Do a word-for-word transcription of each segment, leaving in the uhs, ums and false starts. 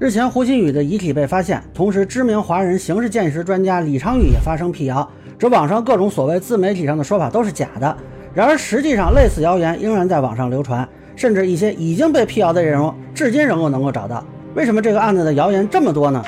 日前胡鑫宇的遗体被发现，同时知名华人刑事鉴识专家李昌钰也发声辟谣，指网上各种所谓自媒体上的说法都是假的。然而实际上类似谣言仍然在网上流传，甚至一些已经被辟谣的内容至今仍够能够找到。为什么这个案子的谣言这么多呢？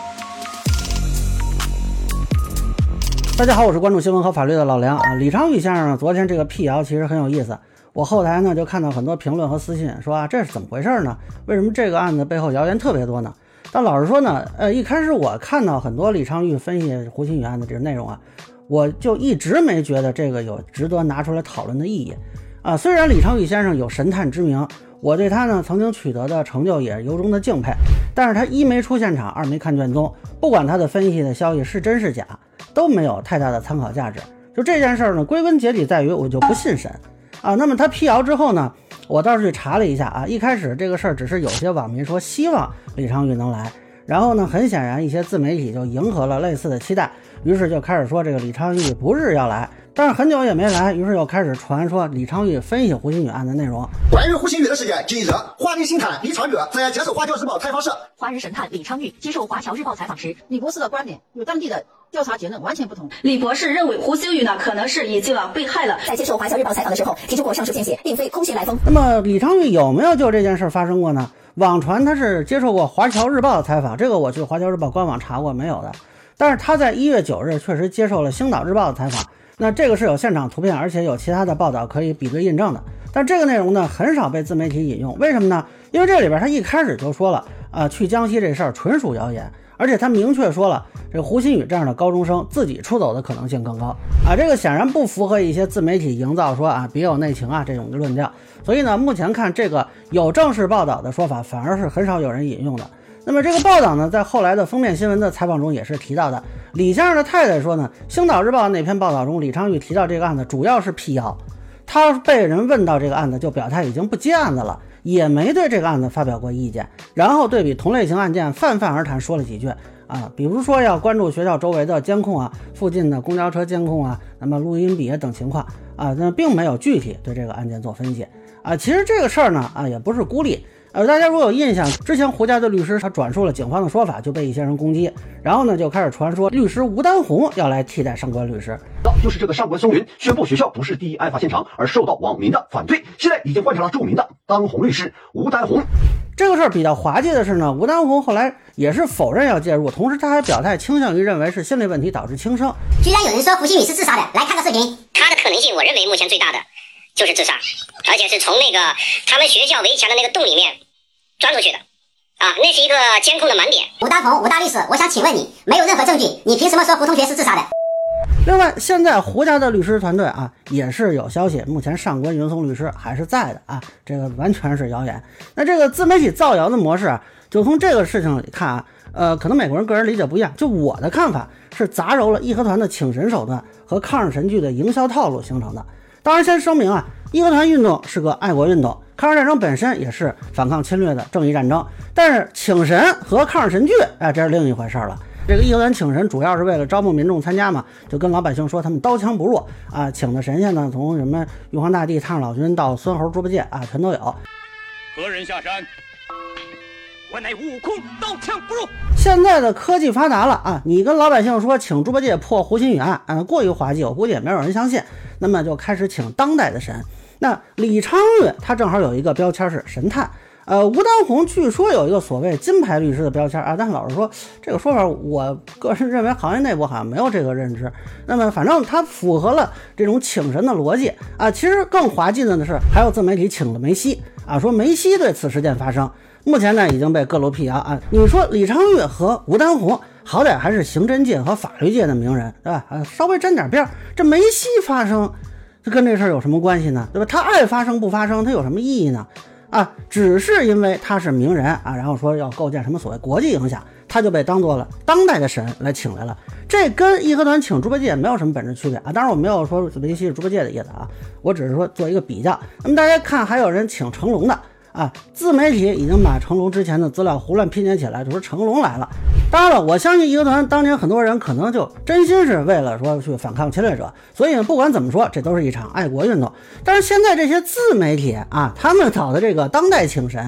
大家好，我是关注新闻和法律的老梁啊。李昌钰先生昨天这个辟谣其实很有意思，我后台呢就看到很多评论和私信说啊，这是怎么回事呢？为什么这个案子背后谣言特别多呢？但老实说呢，呃，一开始我看到很多李昌钰分析胡鑫宇案的这个内容啊，我就一直没觉得这个有值得拿出来讨论的意义啊。虽然李昌钰先生有神探之名，我对他呢曾经取得的成就也由衷的敬佩，但是他一没出现场，二没看卷宗，不管他的分析的消息是真是假，都没有太大的参考价值。就这件事呢，归根结底在于我就不信神啊。那么他辟谣之后呢，我倒是去查了一下啊，一开始这个事儿只是有些网民说希望李昌钰能来，然后呢，很显然一些自媒体就迎合了类似的期待，于是就开始说这个李昌钰不是要来，但是很久也没来，于是又开始传说李昌钰分析胡鑫宇案的内容。 关于胡鑫宇的事件近日，华人星探李昌钰在接受华侨日报采访时， 华人神探李昌钰接受华侨日报采访时， 李博士的观点与当地的调查结论完全不同。 李博士认为胡鑫宇呢可能是已经啊被害了， 在接受华侨日报采访的时候提出过上述见解，并非空穴来风。 那么李昌钰有没有就这件事发生过呢？网传他是接受过华侨日报的采访，这个我去华侨日报官网查过，没有的。但是他在一月九日确实接受了星岛日报的采访，那这个是有现场图片，而且有其他的报道可以比对印证的。但这个内容呢很少被自媒体引用，为什么呢？因为这里边他一开始就说了啊，去江西这事儿纯属谣言，而且他明确说了这胡鑫宇这样的高中生自己出走的可能性更高啊，这个显然不符合一些自媒体营造说啊别有内情啊这种的论调。所以呢，目前看这个有正式报道的说法反而是很少有人引用的。那么这个报道呢，在后来的封面新闻的采访中也是提到的。李先生的太太说呢，星岛日报那篇报道中李昌钰提到这个案子主要是辟谣，他被人问到这个案子就表态已经不接案子了，也没对这个案子发表过意见，然后对比同类型案件泛泛而谈说了几句啊，比如说要关注学校周围的监控啊，附近的公交车监控啊，那么录音笔等情况啊，那并没有具体对这个案件做分析啊。其实这个事儿呢啊也不是孤立，呃，大家如果有印象，之前胡家的律师他转述了警方的说法，就被一些人攻击，然后呢就开始传说律师吴丹红要来替代上官律师。 就是这个上官松云宣布学校不是第一案发现场，而受到网民的反对，现在已经换成了著名的当红律师吴丹红。 这个事儿比较滑稽的是呢，吴丹红后来也是否认要介入，同时他还表态倾向于认为是心理问题导致轻生。 居然有人说胡鑫宇是自杀的，来看个视频。 他的可能性，我认为目前最大的就是自杀，而且是从那个他们学校围墙的那个洞里面钻出去的啊，那是一个监控的盲点。 吴丹红，吴大律师，我想请问你，没有任何证据，你凭什么说胡同学是自杀的？ 另外，现在胡家的律师团队啊，也是有消息，目前上官云松律师还是在的啊，这个完全是谣言。那这个自媒体造谣的模式啊，就从这个事情里看啊，呃，可能每个人个人理解不一样。就我的看法是，杂糅了义和团的请神手段和抗日神剧的营销套路形成的。当然，先声明啊，义和团运动是个爱国运动，抗日战争本身也是反抗侵略的正义战争。但是请神和抗日神剧，哎，这是另一回事了。这个义和团请神主要是为了招募民众参加嘛，就跟老百姓说他们刀枪不入啊，请的神仙呢，从什么玉皇大帝、太上老君到孙猴、猪八戒啊，全都有。 何人下山？我乃悟空，刀枪不入。 现在的科技发达了啊，你跟老百姓说请猪八戒破胡鑫宇案啊，过于滑稽，我估计也没有人相信。那么就开始请当代的神。那李昌钰他正好有一个标签是神探。呃，吴丹红据说有一个所谓金牌律师的标签啊，但老实说，这个说法我个人认为行业内部好像没有这个认知。那么反正他符合了这种请神的逻辑啊。其实更滑稽的是，还有自媒体请了梅西啊，说梅西对此事件发生，目前呢已经被各路辟谣啊。你说李昌钰和吴丹红好歹还是刑侦界和法律界的名人，对吧？啊，稍微沾点边，这梅西发生，这跟这事儿有什么关系呢？对吧？他爱发生不发生，他有什么意义呢？啊，只是因为他是名人啊，然后说要构建什么所谓国际影响，他就被当做了当代的神来请来了。这跟义和团请猪八戒没有什么本质区别啊。当然我没有说梅西是猪八戒的意思啊，我只是说做一个比较。那么大家看，还有人请成龙的啊，自媒体已经把成龙之前的资料胡乱拼接起来，就说成龙来了。当然了，我相信义和团当年很多人可能就真心是为了说去反抗侵略者，所以不管怎么说，这都是一场爱国运动。但是现在这些自媒体啊，他们搞的这个当代请神，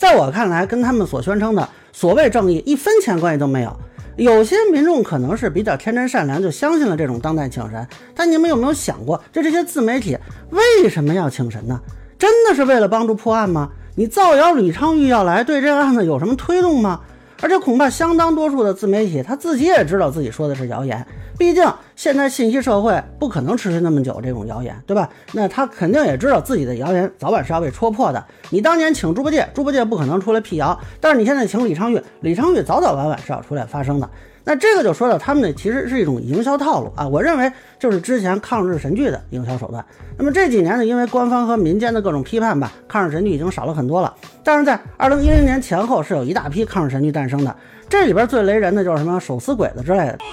在我看来，跟他们所宣称的所谓正义一分钱关系都没有。有些民众可能是比较天真善良，就相信了这种当代请神，但你们有没有想过，这这些自媒体为什么要请神呢？真的是为了帮助破案吗？你造谣李昌钰要来，对这个案子有什么推动吗？而且恐怕相当多数的自媒体他自己也知道自己说的是谣言，毕竟现在信息社会不可能持续那么久，这种谣言对吧？那他肯定也知道自己的谣言早晚是要被戳破的。你当年请猪八戒，猪八戒不可能出来辟谣，但是你现在请李昌钰，李昌钰早早晚晚是要出来发声的。那这个就说到他们的其实是一种营销套路啊，我认为就是之前抗日神剧的营销手段。那么这几年呢，因为官方和民间的各种批判吧，抗日神剧已经少了很多了。但是在二零一零年前后是有一大批抗日神剧诞生的，这里边最雷人的就是什么手撕鬼子之类的。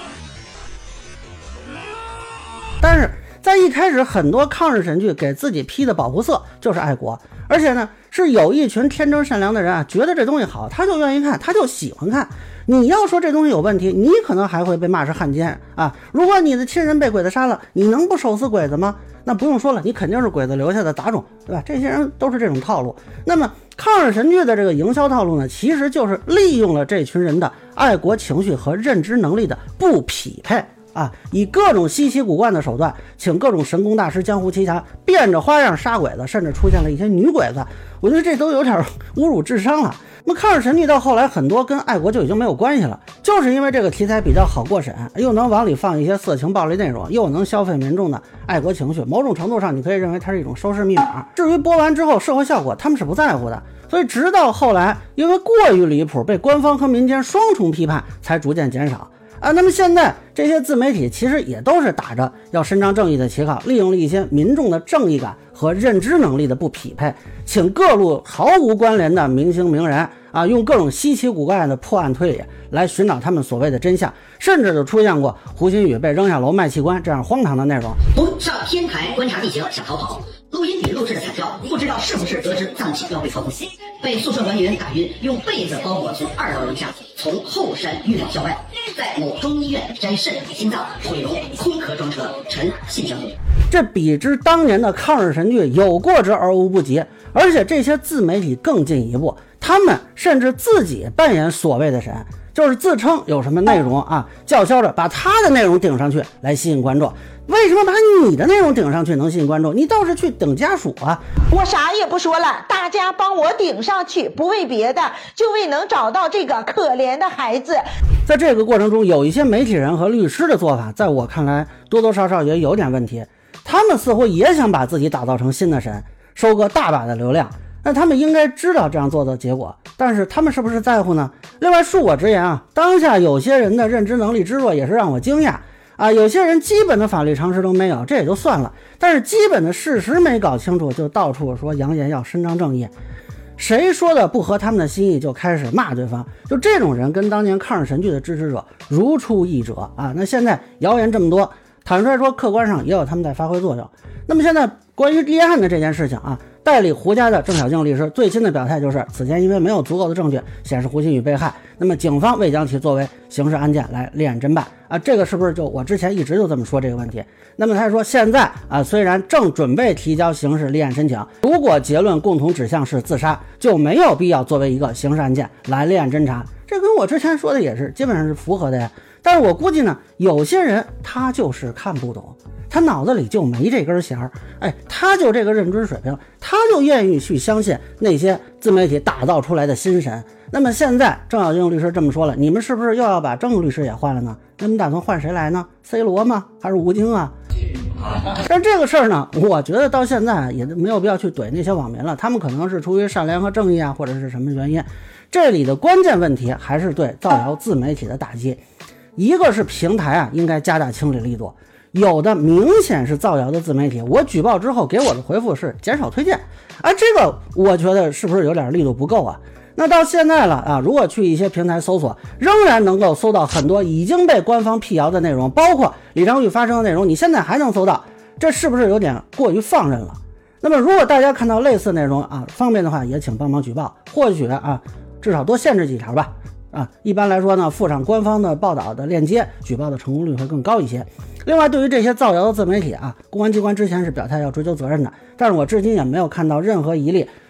但是在一开始，很多抗日神剧给自己披的保护色就是爱国，而且呢是有一群天真善良的人啊，觉得这东西好，他就愿意看，他就喜欢看。你要说这东西有问题，你可能还会被骂是汉奸啊！如果你的亲人被鬼子杀了，你能不手撕鬼子吗？那不用说了，你肯定是鬼子留下的杂种，对吧？这些人都是这种套路。那么抗日神剧的这个营销套路呢，其实就是利用了这群人的爱国情绪和认知能力的不匹配啊，以各种稀奇古怪的手段，请各种神功大师、江湖奇侠变着花样杀鬼子，甚至出现了一些女鬼子。我觉得这都有点侮辱智商了。那么抗日神剧到后来很多跟爱国就已经没有关系了，就是因为这个题材比较好过审，又能往里放一些色情暴力内容，又能消费民众的爱国情绪，某种程度上你可以认为它是一种收视密码。至于播完之后社会效果，他们是不在乎的。所以直到后来因为过于离谱，被官方和民间双重批判，才逐渐减少啊。那么现在这些自媒体其实也都是打着要伸张正义的旗号，利用了一些民众的正义感和认知能力的不匹配，请各路毫无关联的明星名人啊，用各种稀奇古怪的破案推理来寻找他们所谓的真相，甚至就出现过胡鑫宇被扔下楼卖器官这样荒唐的内容。 不上天台观察地形想逃跑，录音笔录制的彩票，不知道是不是得知脏器要被操控，被宿舍管理员打晕，用被子包裹从二楼扔下，从后山运往校外，在某中医院摘肾心脏毁容，空壳装车，陈信箱中。 这比之当年的抗日神剧有过之而无不及，而且这些自媒体更进一步，他们甚至自己扮演所谓的神，就是自称有什么内容啊，叫嚣着把他的内容顶上去来吸引观众。为什么把你的内容顶上去能吸引观众？你倒是去顶家属啊！ 我啥也不说了，大家帮我顶上去，不为别的，就为能找到这个可怜的孩子。 在这个过程中，有一些媒体人和律师的做法，在我看来多多少少也有点问题。他们似乎也想把自己打造成新的神，收割大把的流量。那他们应该知道这样做的结果，但是他们是不是在乎呢？另外恕我直言啊，当下有些人的认知能力之弱也是让我惊讶啊，有些人基本的法律常识都没有，这也就算了，但是基本的事实没搞清楚，就到处说扬言要伸张正义，谁说的不合他们的心意就开始骂对方，就这种人跟当年抗日神剧的支持者如出一辙啊。那现在谣言这么多，坦率说客观上也有他们在发挥作用。那么现在关于立案的这件事情啊，代理胡家的郑小静律师最新的表态就是，此前因为没有足够的证据显示胡鑫宇被害，那么警方未将其作为刑事案件来立案侦办啊。这个是不是就我之前一直就这么说这个问题？那么他说现在啊，虽然正准备提交刑事立案申请，如果结论共同指向是自杀，就没有必要作为一个刑事案件来立案侦查。这跟我之前说的也是基本上是符合的呀。但是我估计呢，有些人他就是看不懂，他脑子里就没这根弦儿，哎，他就这个认知水平，他就愿意去相信那些自媒体打造出来的新神。那么现在郑小静律师这么说了，你们是不是又要把郑律师也换了呢？那么打算换谁来呢？ C 罗吗？还是吴京啊？但这个事儿呢，我觉得到现在也没有必要去怼那些网民了，他们可能是出于善良和正义啊，或者是什么原因。这里的关键问题还是对造谣自媒体的打击。一个是平台啊，应该加大清理力度，有的明显是造谣的自媒体，我举报之后给我的回复是减少推荐啊，这个我觉得是不是有点力度不够啊？那到现在了啊，如果去一些平台搜索，仍然能够搜到很多已经被官方辟谣的内容，包括李昌钰发生的内容，你现在还能搜到，这是不是有点过于放任了？那么如果大家看到类似内容啊，方便的话也请帮忙举报，或许啊至少多限制几条吧。啊，一般来说呢，附上官方的报道的链接，举报的成功率会更高一些。另外，对于这些造谣的自媒体啊，公安机关之前是表态要追究责任的，但是我至今也没有看到任何一例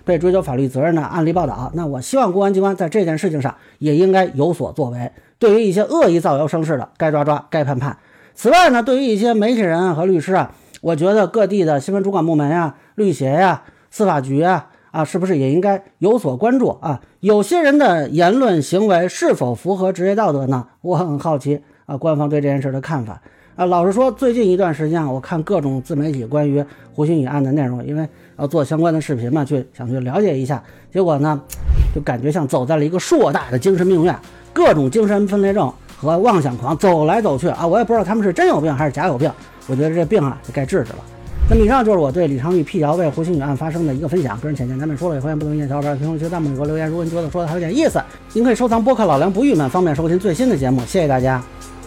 被追究法律责任的案例报道，那我希望公安机关在这件事情上也应该有所作为，对于一些恶意造谣生事的，该抓抓，该判判。此外呢，对于一些媒体人和律师啊，我觉得各地的新闻主管部门呀、律协呀、司法局啊，啊，是不是也应该有所关注啊？有些人的言论行为是否符合职业道德呢？我很好奇啊，官方对这件事的看法啊。老实说，最近一段时间啊，我看各种自媒体关于胡鑫宇案的内容，因为要做相关的视频嘛，去想去了解一下，结果呢，就感觉像走在了一个硕大的精神病院，各种精神分裂症和妄想狂走来走去啊，我也不知道他们是真有病还是假有病，我觉得这病啊就该治治了。那么以上就是我对李昌钰辟谣为胡鑫宇案发生的一个分享，个人浅见难免说了，也欢迎不同意见小伙伴评论区弹幕里给我留言。如果你觉得说的还有点意思，您可以收藏播客老梁不郁闷，方便收听最新的节目。谢谢大家。